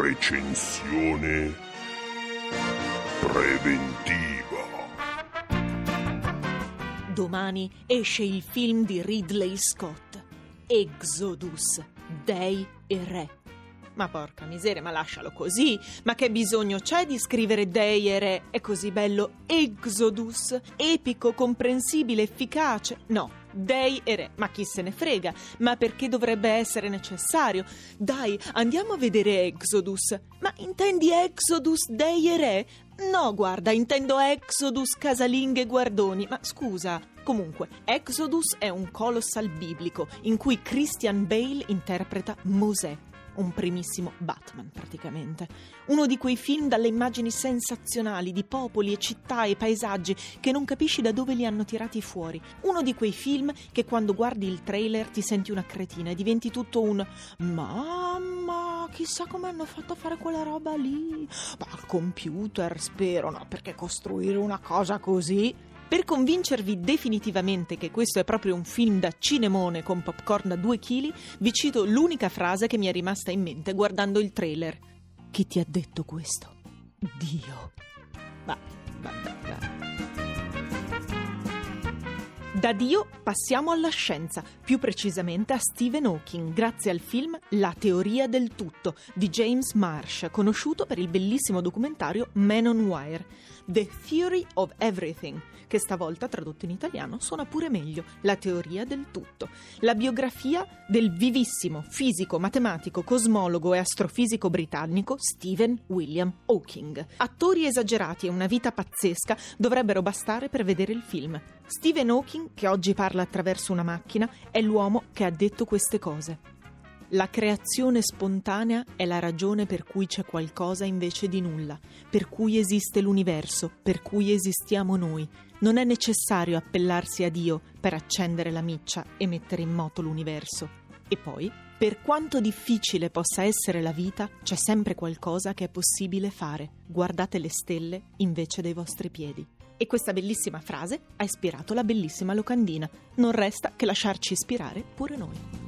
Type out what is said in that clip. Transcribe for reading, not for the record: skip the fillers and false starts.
Recensione preventiva. Domani esce il film di Ridley Scott, Exodus, Dei e Re. Ma porca miseria, ma lascialo così. Ma che bisogno c'è di scrivere Dei e Re? È così bello Exodus, epico, comprensibile, efficace. No, Dei e Re, ma chi se ne frega? Ma perché dovrebbe essere necessario? Dai, andiamo a vedere Exodus. Ma intendi Exodus, Dei e Re? No, guarda, intendo Exodus, casalinghe e guardoni. Ma scusa. Comunque, Exodus è un colossal biblico in cui Christian Bale interpreta Mosè, un primissimo Batman praticamente. Uno di quei film dalle immagini sensazionali di popoli e città e paesaggi che non capisci da dove li hanno tirati fuori. Uno di quei film che quando guardi il trailer ti senti una cretina e diventi tutto un mamma, chissà come hanno fatto a fare quella roba lì. Ma al computer spero, no, perché costruire una cosa così. Per convincervi definitivamente che questo è proprio un film da cinemone con popcorn da 2 kg, vi cito l'unica frase che mi è rimasta in mente guardando il trailer. Chi ti ha detto questo? Dio. Da Dio passiamo alla scienza, più precisamente a Stephen Hawking, grazie al film La teoria del tutto di James Marsh, conosciuto per il bellissimo documentario Man on Wire. The Theory of Everything, che stavolta tradotto in italiano suona pure meglio, La teoria del tutto. La biografia del vivissimo fisico, matematico, cosmologo e astrofisico britannico Stephen William Hawking. Attori esagerati e una vita pazzesca dovrebbero bastare per vedere il film. Stephen Hawking, che oggi parla attraverso una macchina, è l'uomo che ha detto queste cose. La creazione spontanea è la ragione per cui c'è qualcosa invece di nulla, per cui esiste l'universo, per cui esistiamo noi. Non è necessario appellarsi a Dio per accendere la miccia e mettere in moto l'universo. E poi, per quanto difficile possa essere la vita, c'è sempre qualcosa che è possibile fare. Guardate le stelle invece dei vostri piedi. E questa bellissima frase ha ispirato la bellissima locandina. Non resta che lasciarci ispirare pure noi.